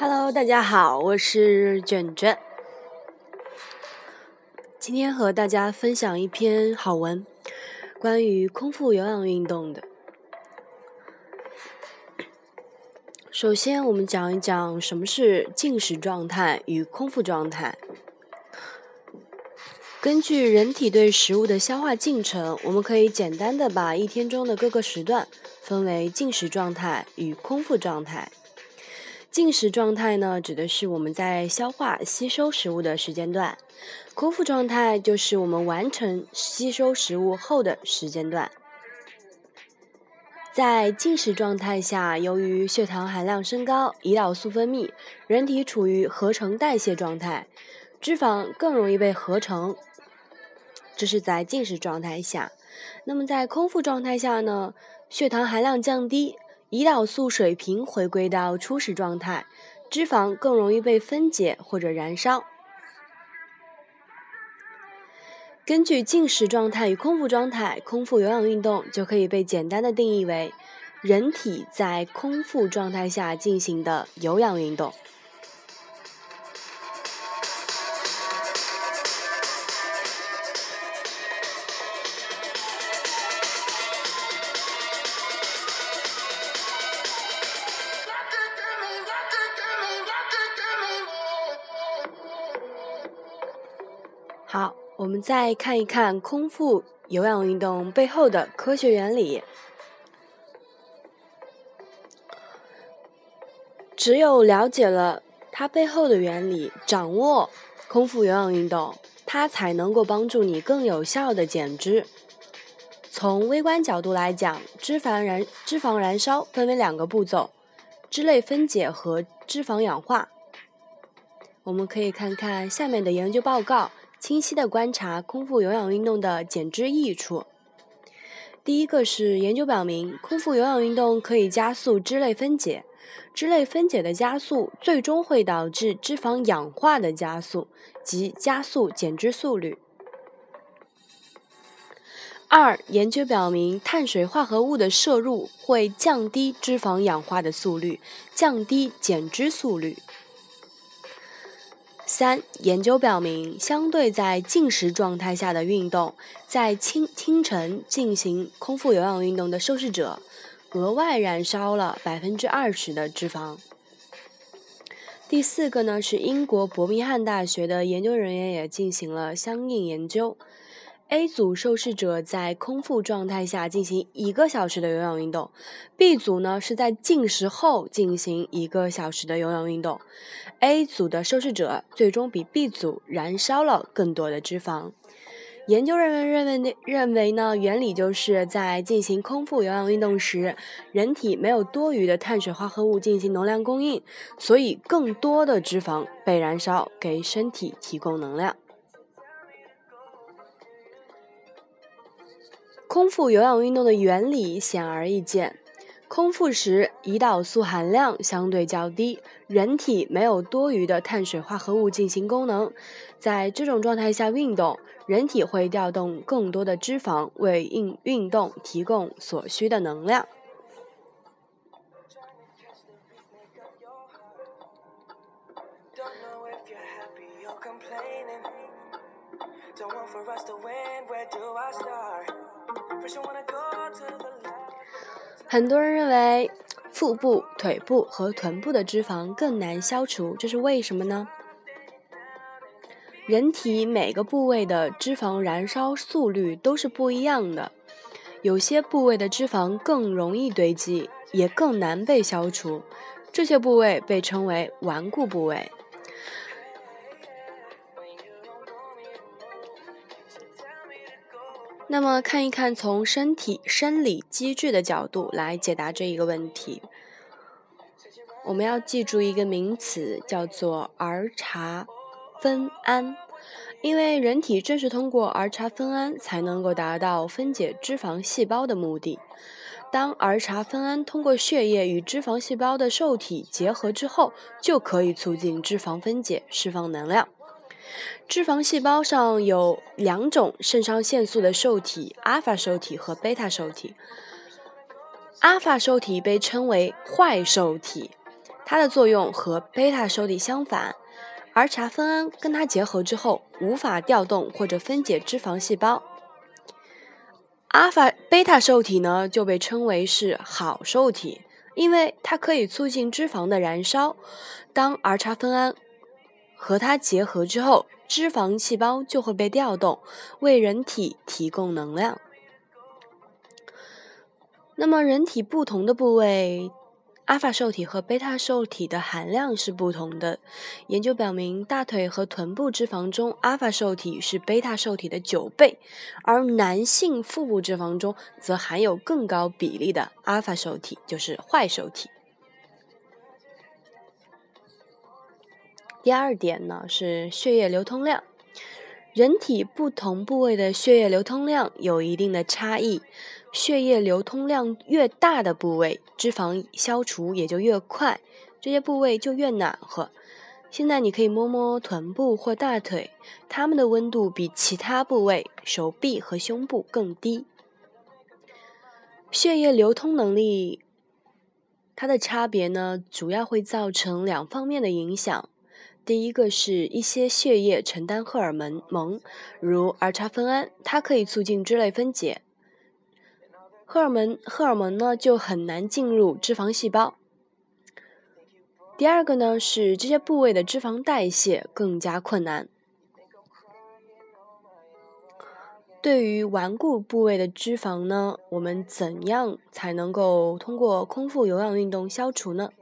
Hello， 大家好，我是卷卷。今天和大家分享一篇好文，关于空腹有氧运动的。首先，我们讲一讲什么是进食状态与空腹状态。根据人体对食物的消化进程，我们可以简单的把一天中的各个时段分为进食状态与空腹状态。进食状态呢，指的是我们在消化吸收食物的时间段，空腹状态就是我们完成吸收食物后的时间段。在进食状态下，由于血糖含量升高，胰岛素分泌，人体处于合成代谢状态，脂肪更容易被合成，这是在进食状态下。那么在空腹状态下呢，血糖含量降低，胰岛素水平回归到初始状态，脂肪更容易被分解或者燃烧。根据进食状态与空腹状态，空腹有氧运动就可以被简单的定义为人体在空腹状态下进行的有氧运动。好，我们再看一看空腹有氧运动背后的科学原理。只有了解了它背后的原理，掌握空腹有氧运动，它才能够帮助你更有效的减脂。从微观角度来讲，脂肪燃烧分为两个步骤，脂类分解和脂肪氧化。我们可以看看下面的研究报告，清晰地观察空腹有氧运动的减脂益处。第一个是研究表明，空腹有氧运动可以加速脂类分解，脂类分解的加速最终会导致脂肪氧化的加速，即加速减脂速率。二，研究表明，碳水化合物的摄入会降低脂肪氧化的速率，降低减脂速率。三，研究表明，相对在进食状态下的运动，在清晨进行空腹有氧运动的受试者，额外燃烧了20%的脂肪。第四个呢，是英国伯明翰大学的研究人员也进行了相应研究。A 组受试者在空腹状态下进行1个小时的有氧运动， B 组呢是在进食后进行1个小时的有氧运动。A 组的受试者最终比 B 组燃烧了更多的脂肪。研究人员认为呢，原理就是在进行空腹有氧运动时，人体没有多余的碳水化合物进行能量供应，所以更多的脂肪被燃烧，给身体提供能量。空腹有氧运动的原理显而易见，空腹时胰岛素含量相对较低，人体没有多余的碳水化合物进行功能，在这种状态下运动，人体会调动更多的脂肪为运动提供所需的能量。很多人认为腹部、腿部和臀部的脂肪更难消除，这是为什么呢？人体每个部位的脂肪燃烧速率都是不一样的，有些部位的脂肪更容易堆积，也更难被消除，这些部位被称为顽固部位。那么看一看从身体生理机制的角度来解答这一个问题，我们要记住一个名词，叫做儿茶酚胺。因为人体正是通过儿茶酚胺才能够达到分解脂肪细胞的目的。当儿茶酚胺通过血液与脂肪细胞的受体结合之后，就可以促进脂肪分解，释放能量。脂肪细胞上有2种肾上腺素的受体，阿法受体和贝塔受体。阿法受体被称为坏受体， 它的作用和贝塔受体相反，儿茶酚胺跟它结合之后，无法调动或者分解脂肪细胞。贝塔受体呢就被称为是好受体，因为它可以促进脂肪的燃烧。当儿茶酚胺和它结合之后，脂肪细胞就会被调动，为人体提供能量。那么人体不同的部位，阿法受体和贝塔受体的含量是不同的。研究表明，大腿和臀部脂肪中阿法受体是贝塔受体的9倍，而男性腹部脂肪中则含有更高比例的阿法受体，就是坏受体。第二点呢是血液流通量。人体不同部位的血液流通量有一定的差异，血液流通量越大的部位，脂肪消除也就越快，这些部位就越暖和。现在你可以摸摸臀部或大腿，它们的温度比其他部位，手臂和胸部更低。血液流通能力，它的差别呢，主要会造成2方面的影响。第一个是一些血液承担荷尔蒙，如儿茶酚胺，它可以促进脂类分解，荷尔蒙呢就很难进入脂肪细胞。第二个呢是这些部位的脂肪代谢更加困难。对于顽固部位的脂肪呢，我们怎样才能够通过空腹有氧运动消除呢？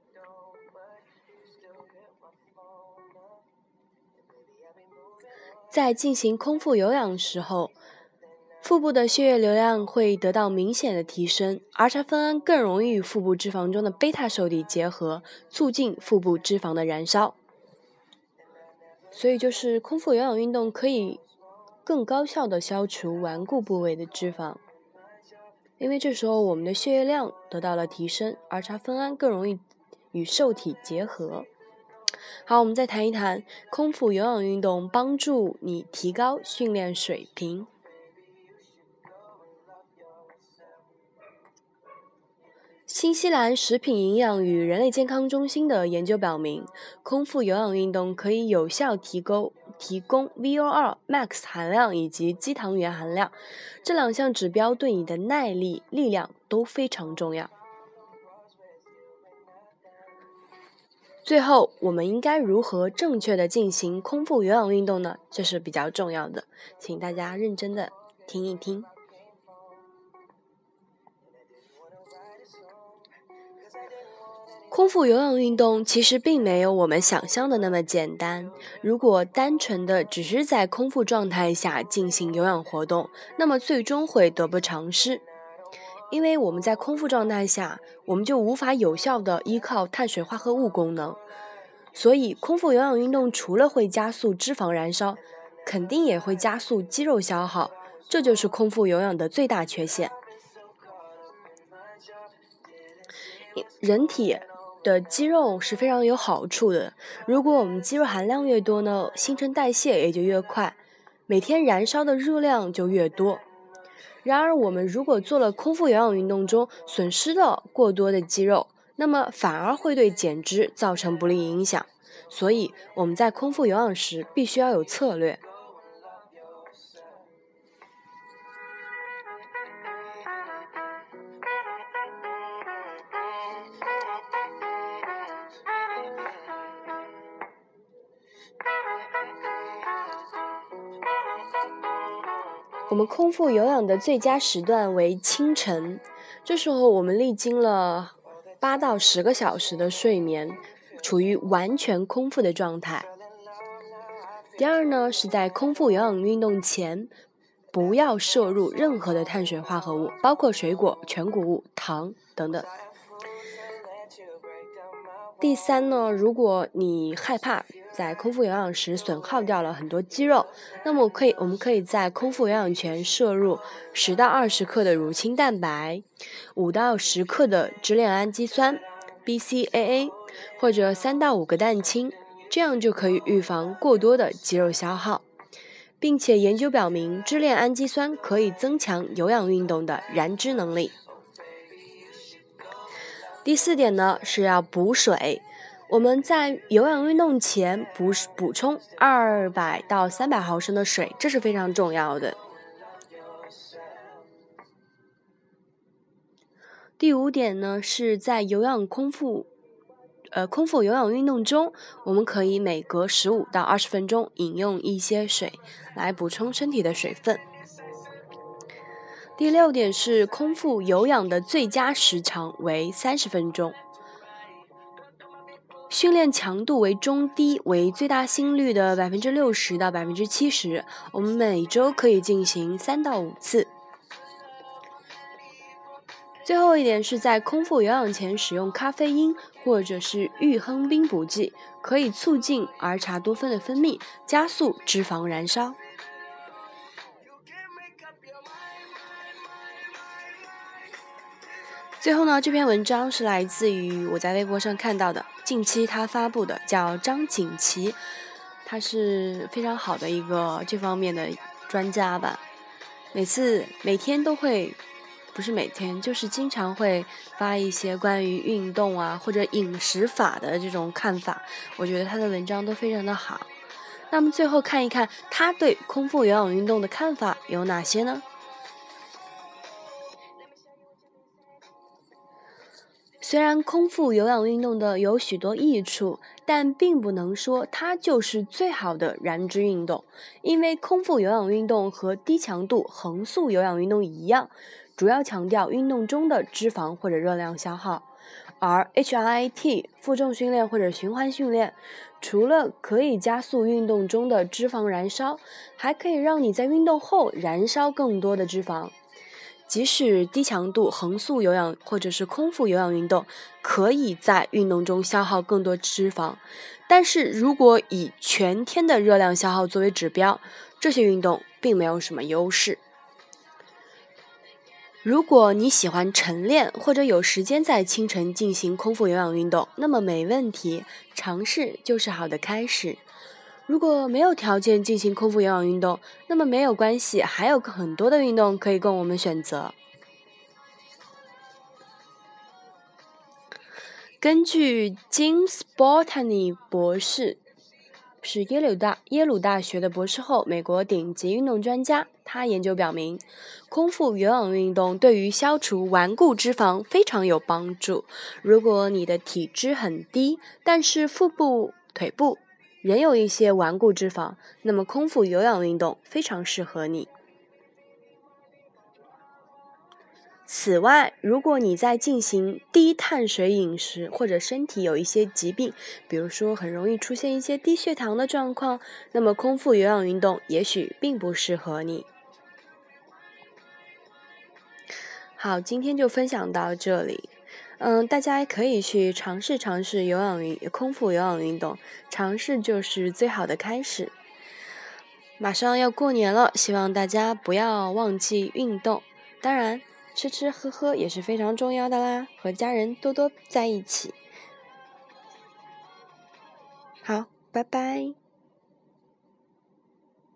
在进行空腹有氧时候，腹部的血液流量会得到明显的提升，儿茶酚胺更容易与腹部脂肪中的贝塔受体结合，促进腹部脂肪的燃烧。所以就是空腹有氧运动可以更高效地消除顽固部位的脂肪，因为这时候我们的血液量得到了提升，儿茶酚胺更容易与受体结合。好，我们再谈一谈空腹有氧运动帮助你提高训练水平。新西兰食品营养与人类健康中心的研究表明，空腹有氧运动可以有效提供 VO2 max 含量以及肌糖原含量，这2项指标对你的耐力、力量都非常重要。最后，我们应该如何正确的进行空腹有氧运动呢？这是比较重要的，请大家认真的听一听。空腹有氧运动其实并没有我们想象的那么简单。如果单纯的只是在空腹状态下进行有氧活动，那么最终会得不偿失。因为我们在空腹状态下，我们就无法有效的依靠碳水化合物功能，所以空腹有氧运动除了会加速脂肪燃烧，肯定也会加速肌肉消耗，这就是空腹有氧的最大缺陷。人体的肌肉是非常有好处的，如果我们肌肉含量越多呢，新陈代谢也就越快，每天燃烧的热量就越多。然而我们如果做了空腹有氧运动中损失了过多的肌肉，那么反而会对减脂造成不利影响，所以我们在空腹有氧时必须要有策略。我们空腹有氧的最佳时段为清晨，这时候我们历经了8到10个小时的睡眠，处于完全空腹的状态。第二呢，是在空腹有氧运动前，不要摄入任何的碳水化合物，包括水果、全谷物、糖等等。第三呢，如果你害怕在空腹有氧时损耗掉了很多肌肉，那么我们可以在空腹有氧前摄入10到20克的乳清蛋白，5到10克的支链氨基酸 BCAA， 或者3到5个蛋清，这样就可以预防过多的肌肉消耗。并且研究表明，支链氨基酸可以增强有氧运动的燃脂能力。 第4点呢是要补水，我们在有氧运动前补充200到300毫升的水，这是非常重要的。第5点呢是在空腹有氧运动中，我们可以每隔15到20分钟饮用一些水来补充身体的水分。第6点是空腹有氧的最佳时长为30分钟，训练强度为中低，为最大心率的60%到70%，我们每周可以进行3到5次。最后一点是在空腹有氧前使用咖啡因或者是氯亨滨补剂，可以促进儿茶多酚的分泌，加速脂肪燃烧。最后呢，这篇文章是来自于我在微博上看到的，近期他发布的，叫张锦旗，他是非常好的一个这方面的专家吧，每天都会，不是每天，就是经常会发一些关于运动啊或者饮食法的这种看法，我觉得他的文章都非常的好。那么最后看一看他对空腹有氧运动的看法有哪些呢？虽然空腹有氧运动的有许多益处，但并不能说它就是最好的燃脂运动，因为空腹有氧运动和低强度恒速有氧运动一样，主要强调运动中的脂肪或者热量消耗，而 HIIT 负重训练或者循环训练，除了可以加速运动中的脂肪燃烧，还可以让你在运动后燃烧更多的脂肪。即使低强度恒速有氧或者是空腹有氧运动可以在运动中消耗更多脂肪，但是如果以全天的热量消耗作为指标，这些运动并没有什么优势。如果你喜欢晨练或者有时间在清晨进行空腹有氧运动，那么没问题，尝试就是好的开始。如果没有条件进行空腹有氧运动，那么没有关系，还有很多的运动可以供我们选择。根据 James Botany 博士，是耶鲁大学的博士后，美国顶级运动专家，他研究表明，空腹有氧运动对于消除顽固脂肪非常有帮助。如果你的体脂很低，但是腹部、腿部仍有一些顽固脂肪，那么空腹有氧运动非常适合你。此外，如果你在进行低碳水饮食，或者身体有一些疾病，比如说很容易出现一些低血糖的状况，那么空腹有氧运动也许并不适合你。好，今天就分享到这里。大家可以去尝试空腹有氧运动，尝试就是最好的开始。马上要过年了，希望大家不要忘记运动，当然吃吃喝喝也是非常重要的啦，和家人多多在一起。好，拜拜。